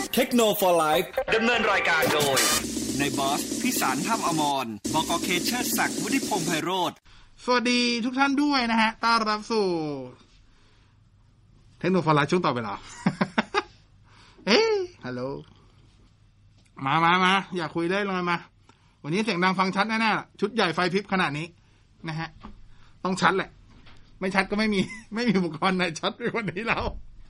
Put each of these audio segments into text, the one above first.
เทคโนโลยีไลฟ์ดำเนินรายการโดยในบอสพิสารถ้ำอมรบก.เคเชอร์ศักดิ์วุฒิพงษ์ไพโรจน์สวัสดีทุกท่านด้วยนะฮะต้อนรับสู่เทคโนโลยีไลฟ์ช่วงต่อไปแล้ว ฮัลโหลมาอยากคุยได้เลยมาวันนี้เสียงดังฟังชัดแน่ๆชุดใหญ่ไฟพริบขนาดนี้นะฮะต้องชัดแหละไม่ชัดก็ไม่มีอุปกรณ์ไหนชัดไปกว่านี้แล้ว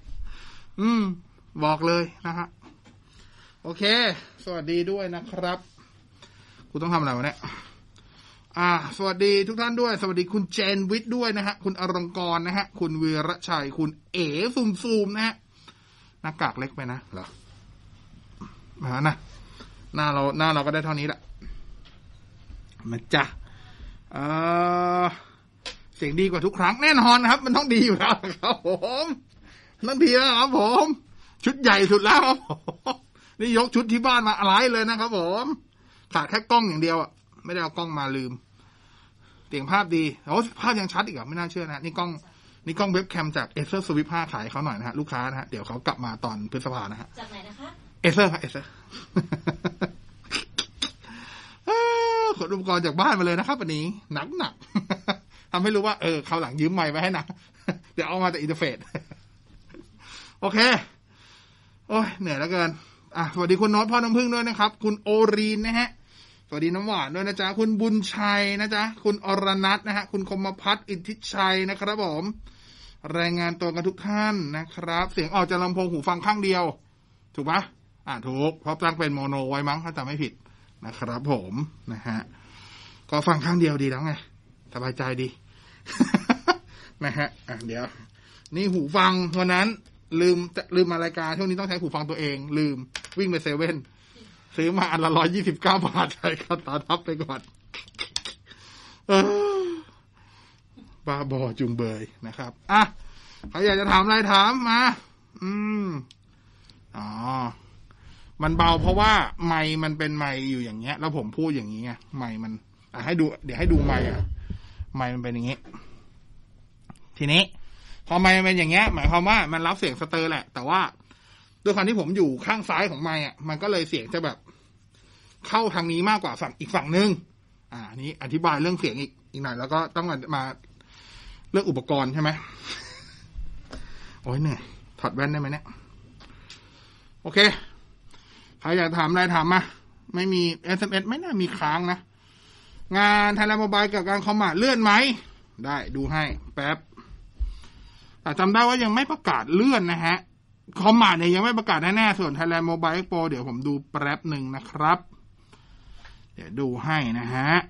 บอกเลยนะฮะโอเคสวัสดีด้วยนะครับกูต้องทำอะไรวะเนี่ยสวัสดีทุกท่านด้วยสวัสดีคุณเจนวิทย์ด้วยนะฮะคุณอรงกรนะฮะคุณวีระชัยคุณเอ๋ซูมนะฮะหน้ากากเล็กไปนะเหรอนะหน้าเราก็ได้เท่านี้แหละมาจ้ะเสียงดีกว่าทุกครั้งแน่นอนครับมันต้องดีอยู่แล้วครับผมต้องดีแล้วครับผมชุดใหญ่สุดแล้วครับผมนี่ยกชุดที่บ้านมาอะไรเลยนะครับผมขาดแค่กล้องอย่างเดียวอ่ะไม่ได้เอากล้องมาลืมเสียงภาพดีโอ้ภาพยังชัดอีกอ่ะไม่น่าเชื่อนะนี่กล้องเว็บแคมจาก Acer Swift 5ขายเขาหน่อยนะฮะลูกค้านะฮะเดี๋ยวเขากลับมาตอนพฤษภานะฮะจากไหนนะคะ Acer ครับ Acer ขนอุปกรณ์จากบ้านมาเลยนะครับวันนี้หนักทำให้รู้ว่าคราวหลังยืมไมค์ไว้ให้นะเดี๋ยวเอามาแต่อินเทอร์เฟซโอเคโอ้ยเหนื่อยแล้วเกินสวัสดีคุณโน้ตพ่อน้ำพึ่งด้วยนะครับคุณโอรีนนะฮะสวัสดีน้ำหวานด้วยนะจ๊ะคุณบุญชัยนะจ๊ะคุณอรนัทนะฮะคุณคมพัฒน์อิทธิชัยนะครับผมรายงานตัวกันทุกท่านนะครับเสียงออกจากลำโพงหูฟังข้างเดียวถูกปะถูกเพราะตั้งเป็นโมโนไว้มั้งถ้าจำไม่ผิดนะครับผมนะฮะก็ฟังข้างเดียวดีแล้วไงสบายใจดี นะฮะเดี๋ยวนี่หูฟังวันนั้นลืมมารายการช่วงนี้ต้องใช้หูฟังตัวเองลืมวิ่งไปเซเว่นซื้อมาอันละ129 บาทใช้ค่าตาทับไปก่อนบ้าบอจุงเบยนะครับใครอยากจะถามอะไรถามมามันเบาเพราะว่าไมค์มันเป็นไมค์อยู่อย่างเงี้ยแล้วผมพูดอย่างนี้ไงไมค์มันให้ดูเดี๋ยวให้ดูไมค์ไมค์มันเป็นอย่างงี้ทีนี้พอไมค์มันเป็นอย่างเงี้ยหมายความว่ามันรับเสียงสเตอร์แหละแต่ว่าด้วยความที่ผมอยู่ข้างซ้ายของไมค์มันก็เลยเสียงจะแบบเข้าทางนี้มากกว่าฝั่งอีกฝั่งนึงนี้อธิบายเรื่องเสียงอีกหน่อยแล้วก็ต้องมาเรื่องอุปกรณ์ใช่ไหมโอ้ยเหนื่อยถอดแว่นได้ไหมเนี่ยโอเคใครอยากถามอะไรถามมาไม่มี SMS ไม่น่ามีค้างนะงานไทยแลนด์โมบายกับการคอมมาเลื่อนไหมได้ดูให้แป๊บแต่จำได้ว่ายังไม่ประกาศเลื่อนนะฮะคอมมาเนี่ยยังไม่ประกาศแน่ๆส่วน Thailand Mobile Expo เดี๋ยวผมดูแป๊บหนึ่งนะครับเดี๋ยวดูให้นะฮะ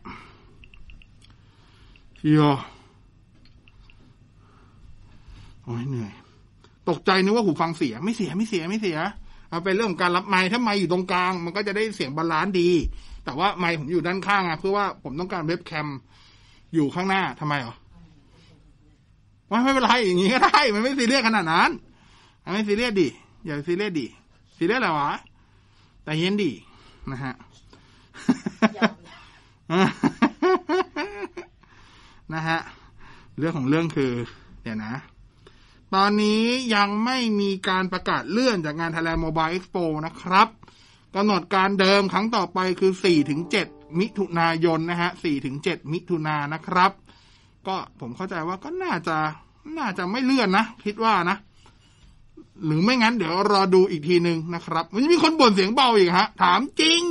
โอ้ยเหนื่อยตกใจนึกว่าหูฟังเสียไม่เสียเอาเป็นเรื่องของการรับไมค์ถ้าไมค์อยู่ตรงกลางมันก็จะได้เสียงบาลานซ์ดีแต่ว่าไมค์ผมอยู่ด้านข้างเพื่อว่าผมต้องการเว็บแคมอยู่ข้างหน้าทำไมไม่เป็นไรอย่างงี้ก็ได้มันไม่ซีเรียสขนาดนั้นไม่ซีเรียสดิอย่าซีเรียสดิซีเรียสอะไรวะแต่เย็นดินะฮะนะฮะเรื่องของเรื่องคือเดี๋ยวนะตอนนี้ยังไม่มีการประกาศเลื่อนจากงาน Thailand Mobile Expo นะครับกำหนดการเดิมครั้งต่อไปคือ 4-7 มิถุนายนนะฮะ 4-7 มิถุนายนนะครับก็ผมเข้าใจว่าก็น่าจะไม่เลื่อนนะคิดว่านะหรือไม่งั้นเดี๋ยวรอดูอีกทีนึงนะครับมันมีคนบ่นเสียงเบาอีกฮะถามจริง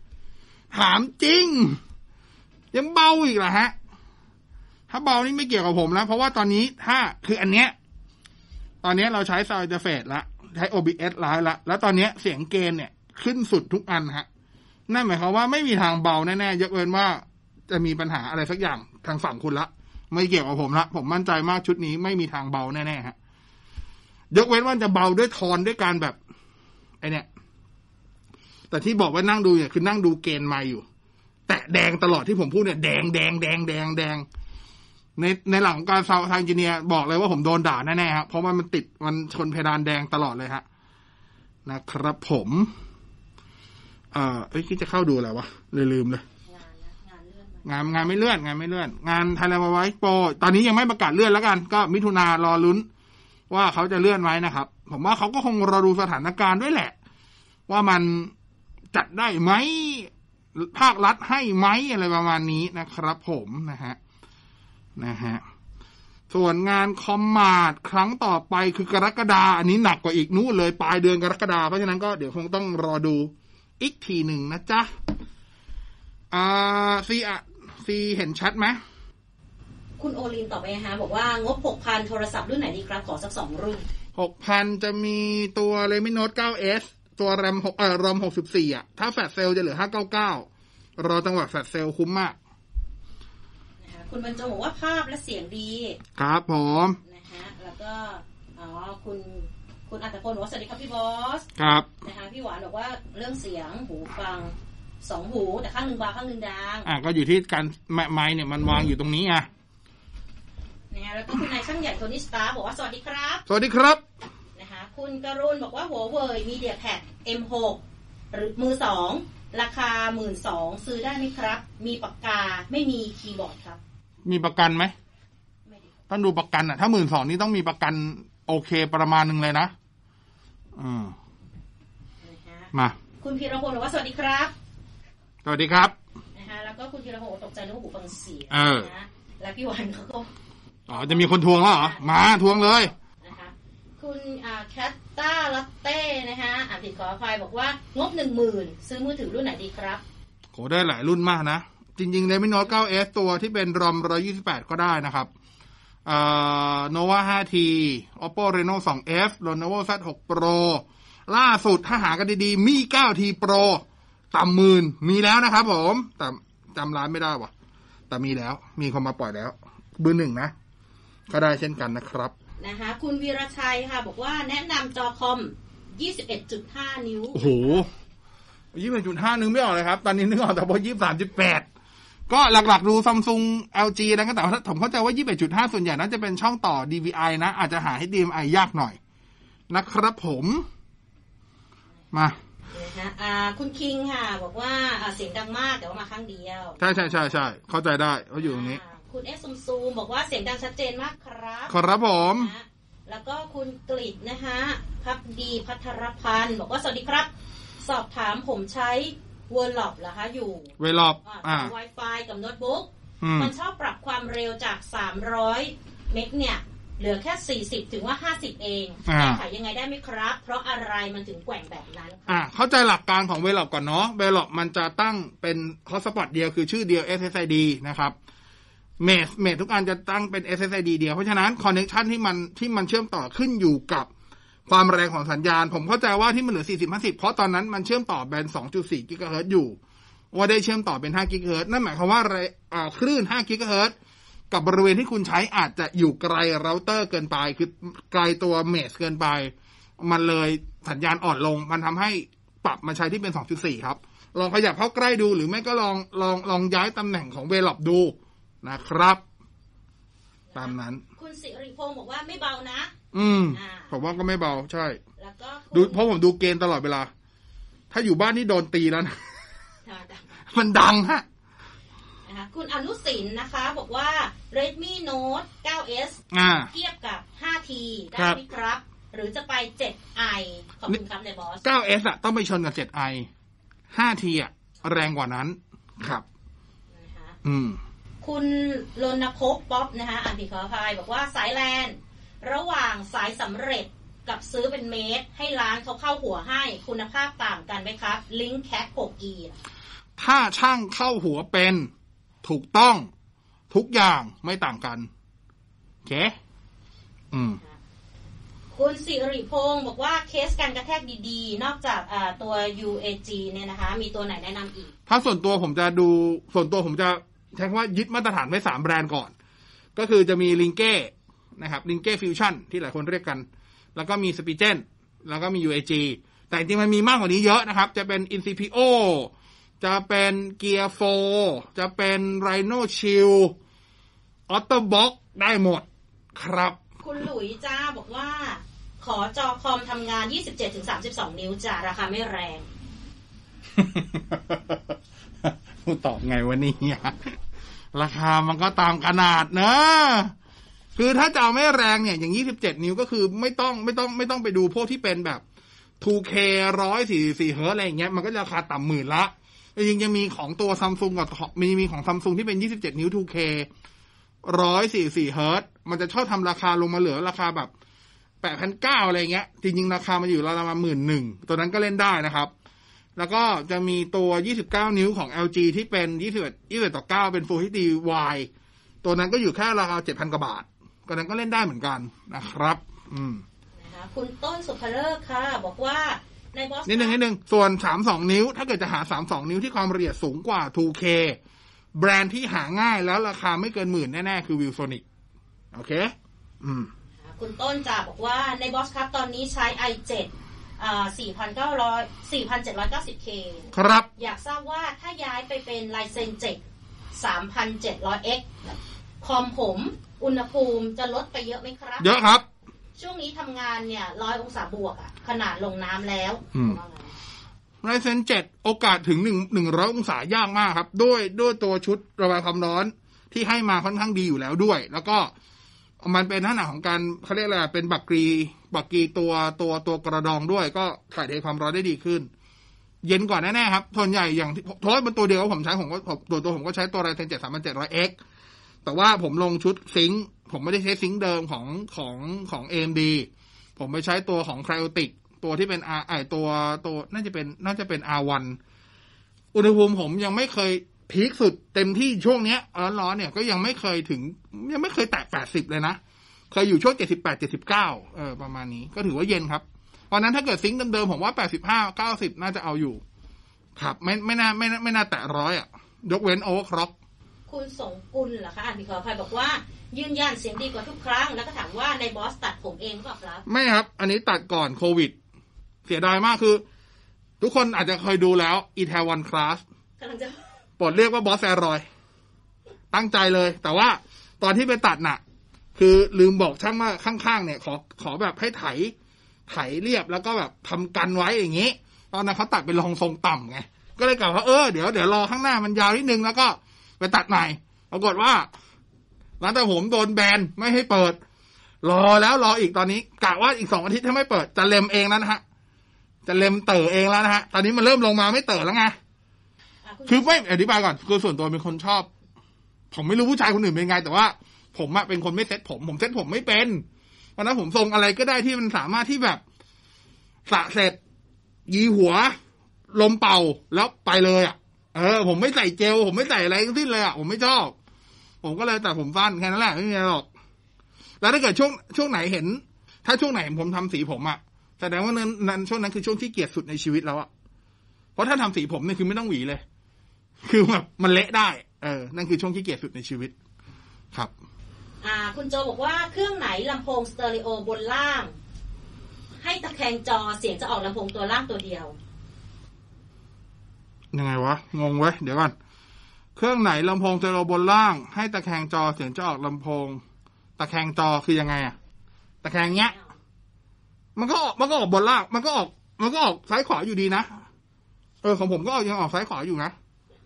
ยังเบาอีกเหรอฮะถ้าเบานี่ไม่เกี่ยวกับผมนะเพราะว่าตอนนี้ถ้าคืออันเนี้ยตอนนี้เราใช้ Sound Interface ละใช้ OBS ละแล้วตอนนี้เสียงเกณฑ์เนี่ยขึ้นสุดทุกอันฮะนั่นหมายความว่าไม่มีทางเบาแน่ๆยกเว้นว่าจะมีปัญหาอะไรสักอย่างทางฝั่งคุณละไม่เกี่ยวกับผมละผมมั่นใจมากชุดนี้ไม่มีทางเบาแน่ๆฮะยกเว้นว่าจะเบาด้วยทอนด้วยการแบบไอเนี่ยแต่ที่บอกว่านั่งดูเนี่ยคือนั่งดูเกณฑ์ไมค์อยู่แต่แดงตลอดที่ผมพูดเนี่ยแดงในหลังของการซาวด์ทางอินจิเนียร์บอกเลยว่าผมโดนด่าแน่ๆครับเพราะมันติดมันชนเพดานแดงตลอดเลยฮะนะครับผมคิดจะเข้าดูอะไรวะลืมเลยงานไม่เลื่อนงาน Thailand Mobile Expo ตอนนี้ยังไม่ประกาศเลื่อนแล้วกันก็มิถุนารอลุ้นว่าเขาจะเลื่อนไหมนะครับผมว่าเขาก็คงรอดูสถานการณ์ด้วยแหละว่ามันจัดได้ไหมภาครัฐให้ไหมอะไรประมาณนี้นะครับผมนะฮะส่วนงานคอมมาดครั้งต่อไปคือกรกฎาคมอันนี้หนักกว่าอีกนู้นเลยปลายเดือนกรกฎาคมเพราะฉะนั้นก็เดี๋ยวคงต้องรอดูอีกทีหนึ่งนะจ๊ะซีเห็นชัดไหมคุณโอลินตอบไปฮะบอกว่างบ 6,000 โทรศัพท์รุ่นไหนดีครับขอสัก2รุ่น 6,000 จะมีตัว Redmi Note 9s ตัว RAM 64ถ้าแฟลชเซลจะเหลือ599รอจังหวะแฟลชเซลคุ้มมากคุณบรรจงบอกว่าภาพและเสียงดีครับผมนะฮะแล้วก็คุณอัตพลบอกว่าสวัสดีครับพี่บอสครับนะคะพี่หวานบอกว่าเรื่องเสียงหูฟัง2หูแต่ข้างนึงเบาข้างนึงดังก็อยู่ที่การไมค์เนี่ยมันวางอยู่ตรงนี้นะแล้วก็คุณนายช่างใหญ่โทนี่สตาร์บอกว่าสวัสดีครับสวัสดีครับนะคะคุณกรุณบอกว่าหัวเว่ยมีเดียแพด M6 หรือมือ2ราคา 12,000 ซื้อได้ไหมครับมีปากกาไม่มีคีย์บอร์ดครับมีประกันไหมต้องดูประกันถ้า 12,000 นี่ต้องมีประกันโอเคประมาณนึงเลยนะมาคุณพีรพลบอกว่าสวัสดีครับสวัสดีครับนะคะแล้วก็คุณพีรพลตกใจนึกว่าหูฟังเสียนะแล้วพี่วันเขาก็จะมีคนทวงแล้วเหรอมาทวงเลยนะคะคุณแคตต้าลัตเต้นะคะผิดขออภัยบอกว่างบ 10,000 ซื้อมือถือรุ่นไหนดีครับโหได้หลายรุ่นมากนะจริงๆ Redmi Note 9s ตัวที่เป็น ROM 128ก็ได้นะครับNova 5T Oppo Reno 2F Lenovo Z6 Pro ล่าสุดถ้าหากันดีๆมี 9T Pro ต่ำหมื่นมีแล้วนะครับผมแต่จำร้านไม่ได้ว่ะแต่มีแล้วมีคนมาปล่อยแล้วเบอร์ 1นะก็ได้เช่นกันนะครับนะคะคุณวีรชัยค่ะบอกว่าแนะนำจอคอม 21.5 นิ้วโอ้โห 21.5 นึงไม่ออกเลยครับตอนนี้นึกออกแต่พอ 23.8 ก็หลักๆดู Samsung LG นะก็แต่ผมเข้าใจว่า 21.5 ส่วนใหญ่น่าจะเป็นช่องต่อ DVI นะอาจจะหา HDMI ยากหน่อยนะครับผมมาคุณคิงค่ะบอกว่าเสียงดังมากแต่ว่ามาข้างเดียวใช่เข้าใจได้เขาอยู่ตรงนี้คุณซูมบอกว่าเสียงดังชัดเจนมากครับครับผมแล้วก็คุณกฤษนะคะพักดีพัทรพันธ์บอกว่าสวัสดีครับสอบถามผมใช้เวอร์ล็อบเหรอคะอยู่เวอร์ล็อบ Wi-Fi กับโน้ตบุ๊กมันชอบปรับความเร็วจาก300เมกเนี่ยเหลือแค่40ถึงว่า50เองแก้ไขยังไงได้ไหมครับเพราะอะไรมันถึงแกว่งแบบนั้นเข้าใจหลักการของเวอร์ล็อบก่อนเนาะเวอร์ล็อบมันจะตั้งเป็นฮอตสปอตเดียวคือชื่อเดียว SSID นะครับเมททุกอันจะตั้งเป็น SSID เดียวเพราะฉะนั้นคอนเนคชั่นที่มันเชื่อมต่อขึ้นอยู่กับความแรงของสัญญาณผมเข้าใจว่าที่มันเหลือ40-50เพราะตอนนั้นมันเชื่อมต่อแบน 2.4 กิกะเฮิรตซ์อยู่ว่าได้เชื่อมต่อเป็น5กิกะเฮิรตซ์นั่นหมายความว่าคลื่น5กิกะเฮิรตซ์กับบริเวณที่คุณใช้อาจจะอยู่ไกลเราเตอร์เกินไปคือไกลตัวเมชเกินไปมันเลยสัญญาณอ่อนลงมันทำให้ปรับมาใช้ที่เป็น 2.4 ครับลองขยับเข้าใกล้ดูหรือไม่ก็ลองย้ายตำแหน่งของเวลล็อบดูนะครับตามนั้นคุณสิริพงศ์บอกว่าไม่เบานะผมว่าก็ไม่เบาใช่แล้วก็ดูเพราะผมดูเกณฑ์ตลอดเวลาถ้าอยู่บ้านนี่โดนตีแล้วนะมันดังฮะคุณอนุสินนะคะบอกว่า Redmi Note 9s เทียบกับ 5T ได้ไหมครับหรือจะไป 7i ขอบคุณครับในบอส 9s ต้องไปชนกับ 7i 5T แรงกว่านั้นครับคุณรณพพป๊อปนะคะผิดขออภัยบอกว่าสายแลนระหว่างสายสำเร็จกับซื้อเป็นเมตรให้ร้านเขาเข้าหัวให้คุณภาพต่างกันไหมครับ Link Cat 6e ถ้าช่างเข้าหัวเป็นถูกต้องทุกอย่างไม่ต่างกันโอเคคุณสิริพงศ์บอกว่าเคสการกระแทกดีๆนอกจากตัว UAG เนี่ยนะคะมีตัวไหนแนะนำอีกถ้าส่วนตัวผมจะใช้คำว่ายึดมาตรฐานไว้3แบรนด์ก่อนก็คือจะมีลิงเก้นะครับลิงเก้ฟิวชั่นที่หลายคนเรียกกันแล้วก็มีสปีเจนแล้วก็มี UAG แต่จริงๆมันมีมากกว่านี้เยอะนะครับจะเป็น Incipio จะเป็น Gear 4จะเป็น Rhino Shield Ottobox ได้หมดครับคุณหลุยจ้าบอกว่าขอจอคอมทำงาน 27-32 นิ้วจ้าราคาไม่แรงตอบไงวะนี่ราคามันก็ตามขนาดนะคือถ้าจะเอาไม่แรงเนี่ยอย่าง27นิ้วก็คือไม่ต้องไปดูพวกที่เป็นแบบ 2K 144 Hz อะไรอย่างเงี้ยมันก็ราคาต่ำหมื่นละจริงๆยังมีของตัว Samsung กับมีของ Samsung ที่เป็น27นิ้ว 2K 144 Hz มันจะชอบทำราคาลงมาเหลือราคาแบบ 8,900 อะไรเงี้ยจริงๆราคามันอยู่ประมาณ 11,000 ตัวนั้นก็เล่นได้นะครับแล้วก็จะมีตัว29นิ้วของ LG ที่เป็น21:9เป็น Full HD Wide ตัวนั้นก็อยู่แค่ราคา 7,000 กว่าบาทก็นั้นก็เล่นได้เหมือนกันนะครับนะคะคุณต้นสุภเลิกค่ะบอกว่าในบอสนิดนึงส่วน32นิ้วถ้าเกิดจะหา32นิ้วที่ความละเอียดสูงกว่า 2K แบรนด์ที่หาง่ายแล้วราคาไม่เกินหมื่นแน่ๆคือ Vilsonic โอเคคุณต้นจะบอกว่าในบอสครับตอนนี้ใช้ i7 4,790K ครับอยากทราบว่าถ้าย้ายไปเป็น Ryzen 7 3,700X คอมผมอุณหภูมิจะลดไปเยอะไหมครับเยอะครับช่วงนี้ทำงานเนี่ย100 องศาบวกอ่ะขนาดลงน้ำแล้ว Ryzen 7 โอกาสถึง100 องศายากมากครับด้วยตัวชุดระบายความร้อนที่ให้มาค่อนข้างดีอยู่แล้วด้วยแล้วก็มันเป็นลักษณะของการเขาเรียกอะไรเป็นบักกีตัวกระดองด้วยก็ถ่ายเทความร้อนได้ดีขึ้นเย็นกว่าแน่ๆครับส่วนใหญ่อย่างโทษเป็นตัวเดียวผมใช้ผมก็ใช้ตัว Ryzen 7 3700X แต่ว่าผมลงชุดซิงค์ผมไม่ได้ใช้ซิงค์เดิมของ AMD ผมไปใช้ตัวของ Cryotic ตัวที่เป็นตัวน่าจะเป็น R1 อุณหภูมิผมยังไม่เคยพีคสุดเต็มที่ช่วงเนี้ยร้อนๆเนี่ยก็ยังไม่เคยแตะ80เลยนะเคยอยู่ช่วง78-79ประมาณนี้ก็ถือว่าเย็นครับเพราะนั้นถ้าเกิดซิงค์เดิมๆผมว่า85-90น่าจะเอาอยู่ครับไม่น่าแตะ100อ่ะยกเว้นโอเวอร์คล็อกคุณสงกุลเหรอคะขออภัยบอกว่ายืนยันเสียงดีกว่าทุกครั้งแล้วก็ถามว่าในบอสตัดผมเองหรือเปล่าครับไม่ครับอันนี้ตัดก่อนโควิดเสียดายมากคือทุกคนอาจจะเคยดูแล้วอีแทวันคลาสกำลังจะปลดเรียกว่าบอสแอรอยตั้งใจเลยแต่ว่าตอนที่ไปตัดน่ะคือลืมบอกช่างว่าข้างๆเนี่ยขอแบบให้ไถเรียบแล้วก็แบบทำกันไว้อย่างงี้ตอนนั้นเขาตัดเป็นรองทรงต่ำไงก็เลยกล่าวว่าเดี๋ยวรอข้างหน้ามันยาวนิดนึงแล้วก็ไปตัดใหม่ปรากฏว่าร้านตัดผมโดนแบนไม่ให้เปิดรออีกตอนนี้กะว่าอีก2 อาทิตย์ถ้าไม่เปิดจะเล็มเองแล้วนะฮะจะเล็มเต๋อเองแล้วนะฮะตอนนี้มันเริ่มลงมาไม่เต๋อแล้วไงคือไม่อธิบายก่อนคือส่วนตัวเป็นคนชอบผมไม่รู้ผู้ชายคนอื่นเป็นไงแต่ว่าผมอะเป็นคนไม่เซ็ตผมเซ็ตผมไม่เป็นเพราะนั้นผมทรงอะไรก็ได้ที่มันสามารถที่แบบสระเสร็จยีหัวลมเป่าแล้วไปเลยอ่ะผมไม่ใส่เจลผมไม่ใส่อะไรทั้งสิ้นเลยอ่ะผมไม่ชอบผมก็เลยแต่ผมสั้นแค่นั้นแหละไม่มีอะไรหรอกแล้วถ้าเกิดช่วงไหนเห็นถ้าช่วงไหนผมทำสีผมอ่ะแสดงว่านั้นช่วงนั้นคือช่วงที่เกลียดสุดในชีวิตแล้วอ่ะเพราะถ้าทำสีผมเนี่ยคือไม่ต้องหวีเลยคือแบบมันเละได้นั่นคือช่วงที่เกลียดสุดในชีวิตครับคุณโจบอกว่าเครื่องไหนลำโพงสเตอริโอบนล่างให้ตะแคงจอเสียงจะออกลำโพงตัวล่างตัวเดียวยังไงวะงงเว้ยเดี๋ยวก่อนเครื่องไหนลำโพงสเตอริโอบนล่างให้ตะแคงจอเสียงจะออกลำโพงตะแคงจอคือยังไงอะตะแคงเงี้ยมันก็ออกบนล่างมันก็ออกซ้ายขวาอยู่ดีนะของผมก็ยังออกซ้ายขวาอยู่นะ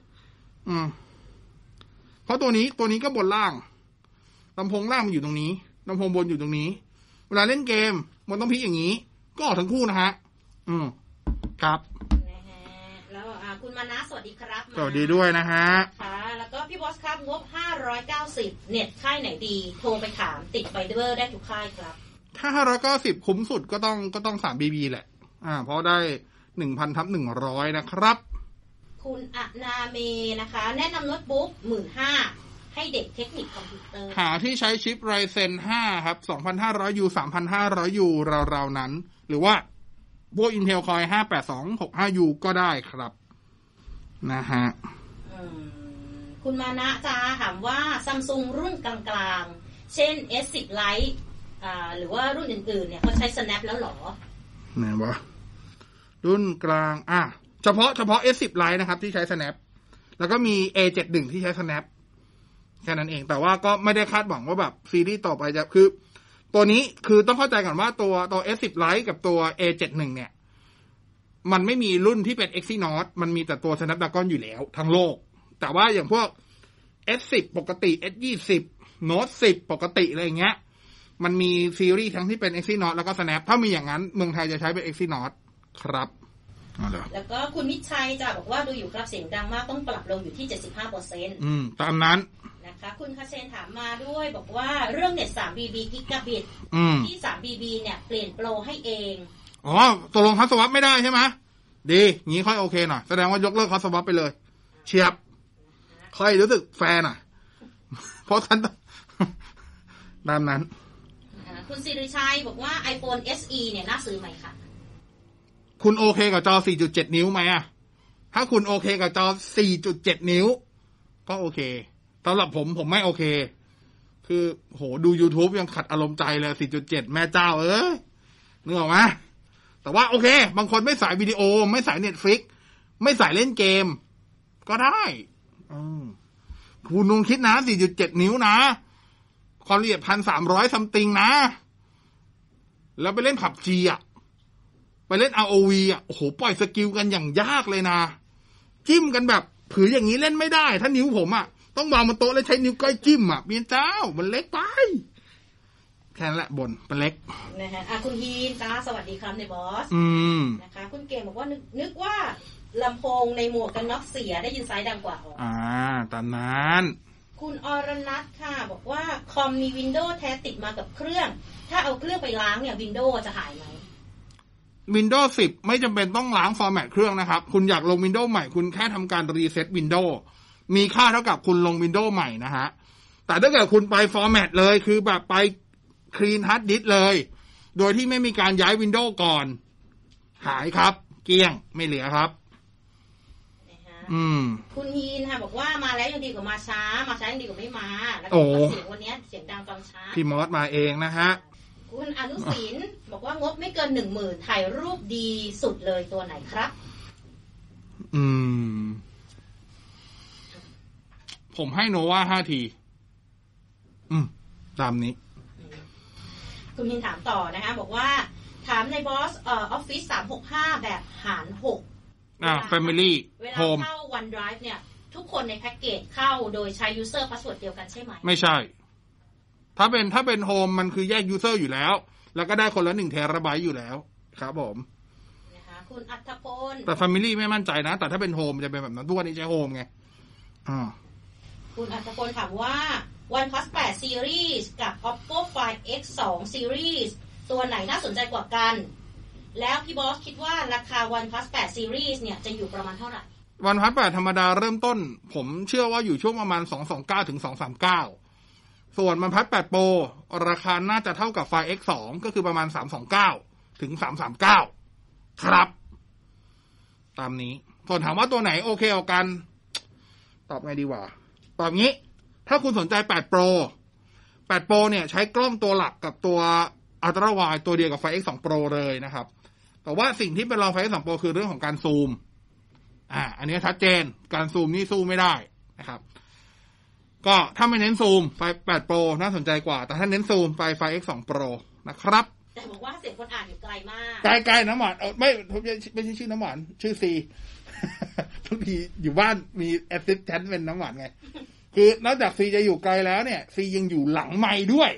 เพราะตัวนี้ก็บนล่างลำโพงล่างมันอยู่ตรงนี้ลำโพงบนอยู่ตรงนี้เวลาเล่นเกมมันต้องพลิกอย่างนี้ก็ออกทั้งคู่นะฮะครับแล้วคุณมานะสวัสดีครับสวัสดีด้วยนะฮะค่ะแล้วก็พี่บอสครับงบ590เน็ตค่ายไหนดีโทรไปถามติดไฟเบอร์ได้ทุกค่ายครับถ้า590คุ้มสุดก็ต้อง 3BB แหละเพราะได้ 1,100 นะครับคุณอนาเมนะคะแนะนำโน้ตบุ๊ก 15,000 ให้เด็กเทคนิคคอมพิวเตอร์หาที่ใช้ชิป Ryzen 5 ครับ 2,500U 3,500U ราวๆนั้นหรือว่าพวก Intel Core 58265U ก็ได้ครับนะฮะคุณมานะจ้าถามว่า Samsung รุ่นกลางๆเช่น S10 Lite หรือว่ารุ่นอื่นๆเนี่ยเขาใช้ Snap แล้วหรอไหนวะรุ่นกลางเฉพาะ S10 Lite นะครับที่ใช้ Snap แล้วก็มี A71 ที่ใช้ Snap แค่นั้นเองแต่ว่าก็ไม่ได้คาดหวังว่าแบบซีรีส์ต่อไปจะคือตัวนี้คือต้องเข้าใจก่อนว่าตัว S10 Lite กับตัว A71 เนี่ยมันไม่มีรุ่นที่เป็น Exynos มันมีแต่ตัว Snapdragon อยู่แล้วทั้งโลกแต่ว่าอย่างพวก S10 ปกติ S20 Note 10 ปกติอะไรอย่างเงี้ยมันมีซีรีส์ทั้งที่เป็น Exynos แล้วก็ Snap ถ้ามีอย่างนั้นเมืองไทยจะใช้เป็น Exynos ครับแล้วก็คุณมิตรชัยจะบอกว่าดูอยู่ครับเสียงดังมากต้องปรับลงอยู่ที่ 75% ตามนั้นนะคะคุณคาเชนถามมาด้วยบอกว่าเรื่องเน็ต 3BB กิกะบิตที่ 3BB เนี่ยเปลี่ยนโปรให้เองอ๋อตกลงฮอตสวัปไม่ได้ใช่ไหมดีงี้ค่อยโอเคหน่อยแสดงว่ายกเลิกฮอตสวัปไปเลยเฉียบค่อยรู้สึกแฟนอ่ะเพราะท่านตามนั้นคุณสิริชัยบอกว่า iPhone SE เนี่ยน่าซื้อไหมคะคุณโอเคกับจอ 4.7 นิ้วไหมอ่ะถ้าคุณโอเคกับจอ 4.7 นิ้วก็โอเคสำหรับผมไม่โอเคคือโหดู YouTube ยังขัดอารมณ์ใจเลย 4.7 แม่เจ้านึกออกไหมแต่ว่าโอเคบางคนไม่สายวิดีโอไม่สาย Netflix ไม่สายเล่นเกมก็ได้คุณนุงคิดนะ 4.7 นิ้วนะความละเอียด 1,300 ซัมติงนะแล้วไปเล่น PUBG อ่ะไปเล่น ROV อ่ะโอ้โหปล่อยสกิลกันอย่างยากเลยนะจิ้มกันแบบผืออย่างนี้เล่นไม่ได้ถ้านิ้วผมอ่ะต้องวางบนโต๊ะแล้วใช้นิ้วก้อยจิ้มอ่ะเมียเจ้ามันเล็กไปแค่นั้นแหละบนมันเล็กนะคะคุณฮีนจ้าสวัสดีครับในบอสนะคะคุณเก่งบอกว่านึกว่าลำโพงในหมวกกันน็อกเสียได้ยินไซส์ดังกว่าตามนั้นคุณอรนัทค่ะบอกว่าคอมมีวินโดว์แท้ติดมากับเครื่องถ้าเอาเครื่องไปล้างเนี่ยวินโดว์จะหายไหม Windows 10ไม่จำเป็นต้องล้างฟอร์แมตเครื่องนะครับคุณอยากลง Windows ใหม่คุณแค่ทำการรีเซ็ต Windows มีค่าเท่ากับคุณลง Windows ใหม่นะฮะแต่ถ้าเกิดคุณไปฟอร์แมตเลยคือแบบไป Clean Hard Disk เลยโดยที่ไม่มีการย้าย Windows ก่อนหายครับเกลี้ยงไม่เหลือครับคุณฮีนค่ะบอกว่ามาแล้วยังดีกว่ามาช้ายังดีกว่าไม่มาแล้วก็เสียงวันนี้เสียงดังฟังช้าพี่มอสมาเองนะฮะคุณอนุศินบอกว่างบไม่เกิน 10,000 ถ่ายรูปดีสุดเลยตัวไหนครับผมให้โนวา 5 ทีตามนี้คุณมินถามต่อนะคะบอกว่าถามในบอสOffice 365แบบหาร6 Family เวลาเข้า OneDrive เนี่ยทุกคนในแพ็กเกจเข้าโดยใช้ User Password เดียวกันใช่ไหมไม่ใช่ถ้าเป็นโฮมมันคือแยก User อยู่แล้วแล้วก็ได้คนละ1 TBอยู่แล้วครับผมนะคะคุณอัธพลแต่ Family ไม่มั่นใจนะแต่ถ้าเป็นโฮมจะเป็นแบบนั้นทุกวันนี้ใช้โฮมไงคุณอัธพลถามว่า OnePlus 8 Series กับ Oppo Find X2 Series ตัวไหนน่าสนใจกว่ากันแล้วพี่บอสคิดว่าราคา OnePlus 8 Series เนี่ยจะอยู่ประมาณเท่าไหร่ OnePlus 8ธรรมดาเริ่มต้นผมเชื่อว่าอยู่ช่วงประมาณ229ถึง239ส่วน OnePlus 8 Pro ราคาน่าจะเท่ากับ Find X2 ก็คือประมาณ329ถึง339ครับตามนี้ส่วนถามว่าตัวไหนโอเคกว่ากันตอบไงดีวะตอบงี้ถ้าคุณสนใจ8 Pro เนี่ยใช้กล้องตัวหลักกับตัว Ultra Wide ตัวเดียวกับ Find X2 Pro เลยนะครับแต่ว่าสิ่งที่เป็นรอง Find X2 Pro คือเรื่องของการซูมอันนี้ชัดเจนการซูมนี่สู้ไม่ได้นะครับก็ถ้าไม่เน้นซูมFind 8 Pro น่าสนใจกว่าแต่ถ้าเน้นซูมไป Find X2 Pro นะครับแต่บอกว่าเสียงคนอ่านอยู่ไกลมากไกลน้ำหวานไม่ใช่ชื่อน้ำหวานชื่อซีทุกทีอยู่บ้านมีแอสซิสแทนต์เป็นน้ำหวานไงคือนอกจากซีจะอยู่ไกลแล้วเนี่ยซียังอยู่หลังไมค์ด้วย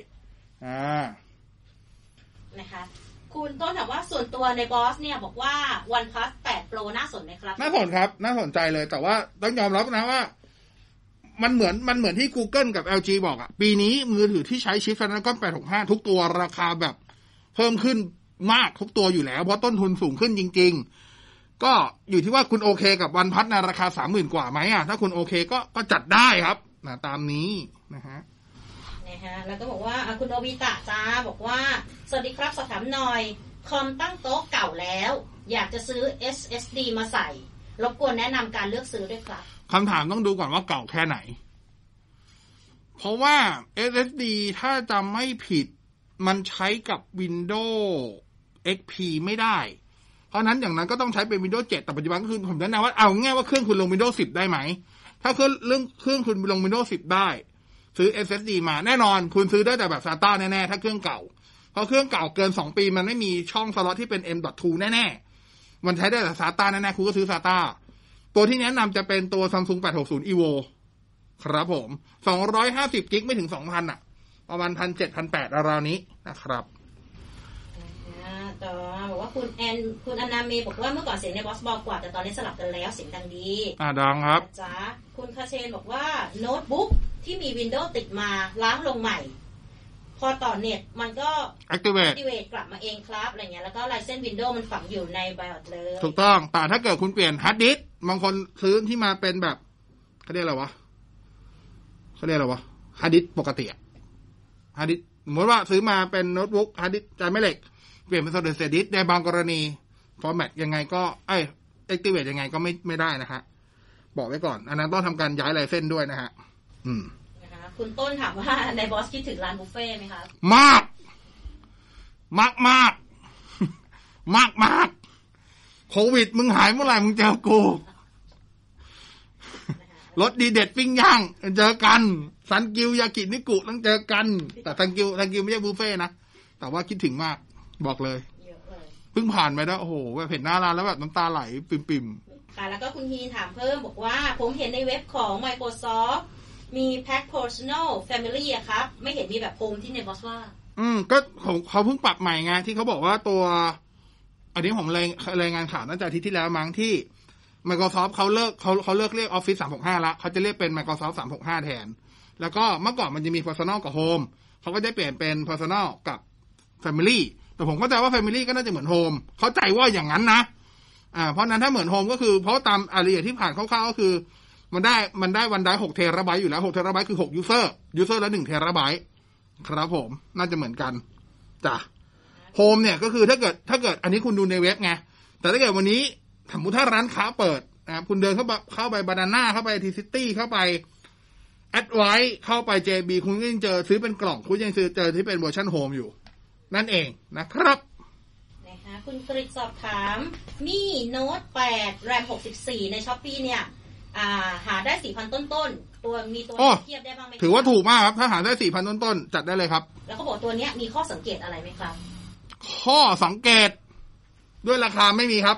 นะคะคุณต้นถามว่าส่วนตัวในบอสเนี่ยบอกว่า OnePlus 8 Pro น่าสนไหมครับน่าสนครับน่าสนใจเลยแต่ว่าต้องยอมรับนะว่ามันเหมือนที่ Google กับ LG บอกอ่ะปีนี้มือถือที่ใช้ชิป Snapdragon 865ทุกตัวราคาแบบเพิ่มขึ้นมากทุกตัวอยู่แล้วเพราะต้นทุนสูงขึ้นจริงๆก็อยู่ที่ว่าคุณโอเคกับ OnePlus ในราคา 30,000 กว่าไหมถ้าคุณโอเคก็จัดได้ครับตามนี้นะฮะแล้วก็บอกว่าคุณโอบิตะจ้าบอกว่าสวัสดีครับสอบถามหน่อยคอมตั้งโต๊ะเก่าแล้วอยากจะซื้อ SSD มาใส่รบกวนแนะนำการเลือกซื้อด้วยครับคำถามต้องดูก่อนว่าเก่าแค่ไหนเพราะว่า SSD ถ้าจำไม่ผิดมันใช้กับ Windows XP ไม่ได้เพราะนั้นอย่างนั้นก็ต้องใช้เป็น Windows 7แต่ปัจจุบันก็คือผมแนะนำว่าเอาง่ายว่าเครื่องคุณลง Windows 10ได้ไหมถ้าเครื่องคุณลง Windows 10ได้ซื้อ SSD มาแน่นอนคุณซื้อได้แต่แบบ SATA แน่ๆถ้าเครื่องเก่าเพราะเครื่องเก่าเกิน2ปีมันไม่มีช่องสล็อตที่เป็น M.2 แน่ๆมันใช้ได้แต่ SATA แน่ๆคุณก็ซื้อ SATA ตัวที่แนะนำจะเป็นตัว Samsung 860 EVO ครับผม250 GB ไม่ถึง 2,000 ประมาณ 1,700-1,800 ราวนี้นะครับต่อบอกว่าคุณอนาเมย์บอกว่าเมื่อก่อนเสียงในบอสเบากว่าแต่ตอนนี้สลับกันแล้วเสียงดังดีดังครับจ้าคุณคาเชนบอกว่าโน้ตบุ๊กที่มี Windows ติดมาล้างลงใหม่พอต่อเน็ตมันก็ activate กลับมาเองครับอะไรเงี้ยแล้วก็ลายเส้น Windows มันฝังอยู่ใน BIOS เลยถูกต้องแต่ถ้าเกิดคุณเปลี่ยนฮาร์ดดิสก์บางคนซื้อที่มาเป็นแบบเขาเรียกอะไรวะฮาร์ดดิสก์ปกติฮาร์ดดิสก์สมมติว่าซื้อมาเป็นโน้ตบุ๊กฮาร์ดดิสก์จานแม่เหล็กเปลี่ยนเป็น solid state disk ในบางกรณีฟอร์แมตยังไงก็activate ยังไงก็ไม่ได้นะฮะบอกไว้ก่อนอันนั้นต้องทำการย้ายลายเส้นด้วยนะฮะนะคะคุณต้นถามว่าในบอสคิดถึงร้านบุฟเฟ่ไหมคะมากโควิดมึงหายเมื่อไหร่มึงเจอกูรถดีเด็ดปิ้งย่างเจอกันซันกิวยากินิกุต้องเจอกันแต่ซันกิวไม่ใช่บุฟเฟ่นะแต่ว่าคิดถึงมากบอกเลยเพิ่งผ่านไปแล้วโอ้โหแบบเห็นหน้าร้านแล้วแบบน้ำตาไหลปิ่มค่ะแล้วก็คุณฮีนถามเพิ่มบอกว่าผมเห็นในเว็บของ Microsoft มี Pack Personal Family อะครับไม่เห็นมีแบบโฮมที่ในบอสว่าก็เขาเพิ่งปรับใหม่ไงที่เขาบอกว่าตัวอันนี้ผมรายงานข่าวตั้งแต่อาทิตย์ที่แล้วมั้งที่ Microsoft เขาเลิกเรียก Office 365ละเขาจะเรียกเป็น Microsoft 365แทนแล้วก็เมื่อก่อนมันจะมี Personal กับ Home เขาก็ได้เปลี่ยนเป็น Personal กับ Family แต่ผมเข้าใจว่า Family ก็น่าจะเหมือน Home เข้าใจว่าอย่างนั้นนะเพราะนั้นถ้าเหมือน Home ก็คือเพราะตามรายละเอียดที่ผ่านคร่าวๆก็คือมันได้วันได้6 เทราไบต์อยู่แล้ว6 เทราไบต์คือ6 user ละ1 เทราไบต์ครับผมน่าจะเหมือนกันจ้ะ Home เนี่ยก็คือถ้าเกิดอันนี้คุณดูในเว็บไงแต่ถ้าเกิดวันนี้สมมุติถ้าร้านค้าเปิดนะครับคุณเดินเข้าไปบานาน่าเข้าไปทีซิตี้เข้าไปแอดไวท์เข้าไป JB คุณก็ยังเจอซื้อเป็นกล่องคุณยังเจอที่เป็นเวอร์ชัน Home อยู่นั่นเองนะครับนะคะคุณกฤษสอบถามมีโน้ต8 RAM 64ใน Shopee เนี่ยหาได้ 4,000 ต้นๆตัวมีตัวเทียบได้บ้างไหมถือว่าถูกมากครับถ้าหาได้ 4,000 ต้นๆจัดได้เลยครับแล้วเขาบอกตัวเนี้ยมีข้อสังเกตอะไรไหมครับข้อสังเกตด้วยราคาไม่มีครับ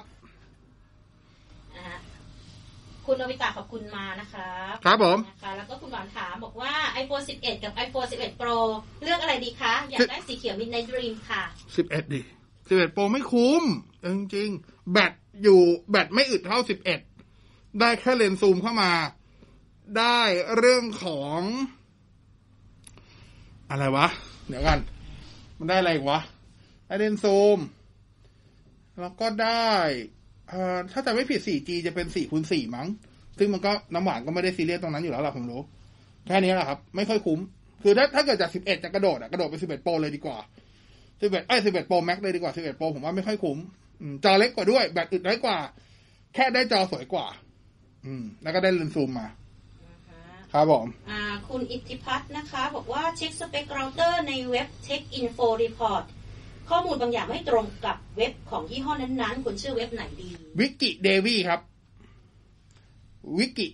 คุณโนบิตะขอบคุณมานะครับครับผมนะคะแล้วก็คุณหวานถามบอกว่า iPhone 11 กับ iPhone 11 Pro เลือกอะไรดีคะอยากได้สีเขียว Midnight Dream ค่ะ 11ดิ11 Pro ไม่คุ้มจริงๆแบตไม่อึดเท่า11ได้แค่เลนส์ซูมเข้ามาได้เรื่องของอะไรวะเดี๋ยวกันมันได้อะไรวะได้เลนส์ซูมแล้วก็ได้ถ้าจะไม่ผิด 4G จะเป็น 4x4 มั้งซึ่งมันก็น้ำหวานก็ไม่ได้ซีเรียสตรงนั้นอยู่แล้วล่ะผมรู้แค่นี้แหละครับไม่ค่อยคุ้มคือถ้าเกิดจาก11จะกระโดดไป11 Pro เลยดีกว่า11 Pro Max เลยดีกว่า11 Pro ผมว่าไม่ค่อยคุ้มจอเล็กกว่าด้วยแบตอึดน้อยกว่าแค่ได้จอสวยกว่าแล้วก็ได้เลนส์ซูมมาครับผมคุณอิทธิพัฒน์นะคะบอกว่าเช็คสเปคเราเตอร์ในเว็บ Tech Info Reportข้อมูลบางอย่างไม่ตรงกับเว็บของยี่ห้อนั้นๆคุณชื่อเว็บไหนดีวิกิเดวีครับวิกิ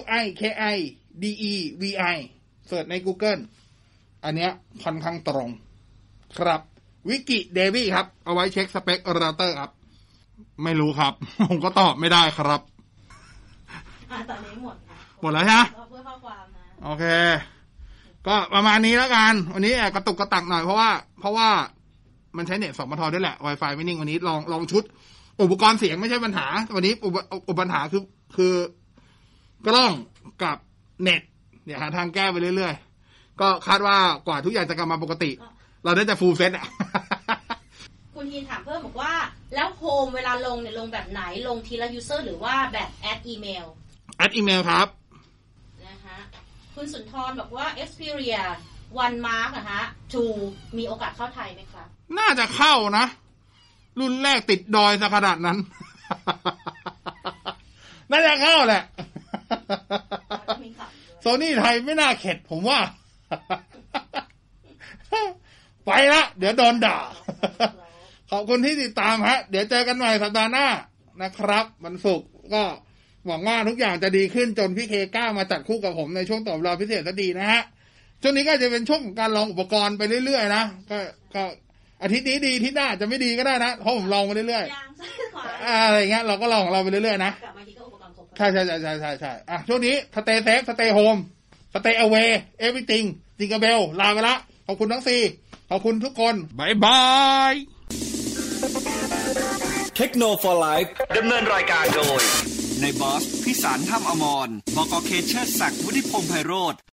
WIKIDEVI เสิร์ชใน Google อันเนี้ยค่อนข้างตรงครับวิกิเดวีครับเอาไว้เช็คสเปคเราเตอร์ครับไม่รู้ครับผมก็ตอบไม่ได้ครับตอนนี้หมดแล้วใช่ไหมเพื่อข้อความนะโอเคก็ประมาณนี้แล้วกันวันนี้กระตุกกระตักหน่อยเพราะว่ามันใช้เน็ต2 มท.ด้วยแหละ Wi-Fi ไม่นิ่งวันนี้ลองชุดอุปกรณ์เสียงไม่ใช่ปัญหาวันนี้อุปปัญหาคือกล้องกับเน็ตเนี่ยหาทางแก้ไปเรื่อยๆก็คาดว่ากว่าทุกอย่างจะกลับมาปกติเราได้จะฟูลเซตอ่ะคุณทีนถามเพิ่มบอกว่าแล้วโฮมเวลาลงเนี่ยลงแบบไหนลงทีละยูเซอร์หรือว่าแบบแอดอีเมลครับนะคะคุณสุนทรบอกว่า Xperia One Mark นะคะ2มีโอกาสเข้าไทยไหมครับน่าจะเข้านะรุ่นแรกติดดอยซะขนาดนั้นน่าจะเข้าแหละโซนี่ไทยไม่น่าเข็ดผมว่าไปละเดี๋ยวโดนด่าขอบคุณที่ติดตามฮะเดี๋ยวเจอกันใหม่สัปดาห์หน้านะครับวันศุกร์ก็หวังว่าทุกอย่างจะดีขึ้นจนพี่เคกล้ามาจัดคู่กับผมในช่วงตอบรับพิเศษก็ดีนะฮะช่วงนี้ก็จะเป็นช่วงของการลองอุปกรณ์ไปเรื่อยๆนะก็อาทิตย์นี้ดีที่หน้าจะไม่ดีก็ได้นะเพราะผมลองมาเรื่อยๆอะไรเงี้ยเราก็ลองของเราไปเรื่อยๆนะใช่ช่วงนี้stay safe stay home stay away everything จิงกะเบลลาไปละขอบคุณทั้ง4ขอบคุณทุกคนบ๊ายบาย Techno for Life ดำเนินรายการโดยในบอสพิสารถ้ำอมร บก.เคเชอร์ศักดิ์วุฒิพงษ์ไพโรจน์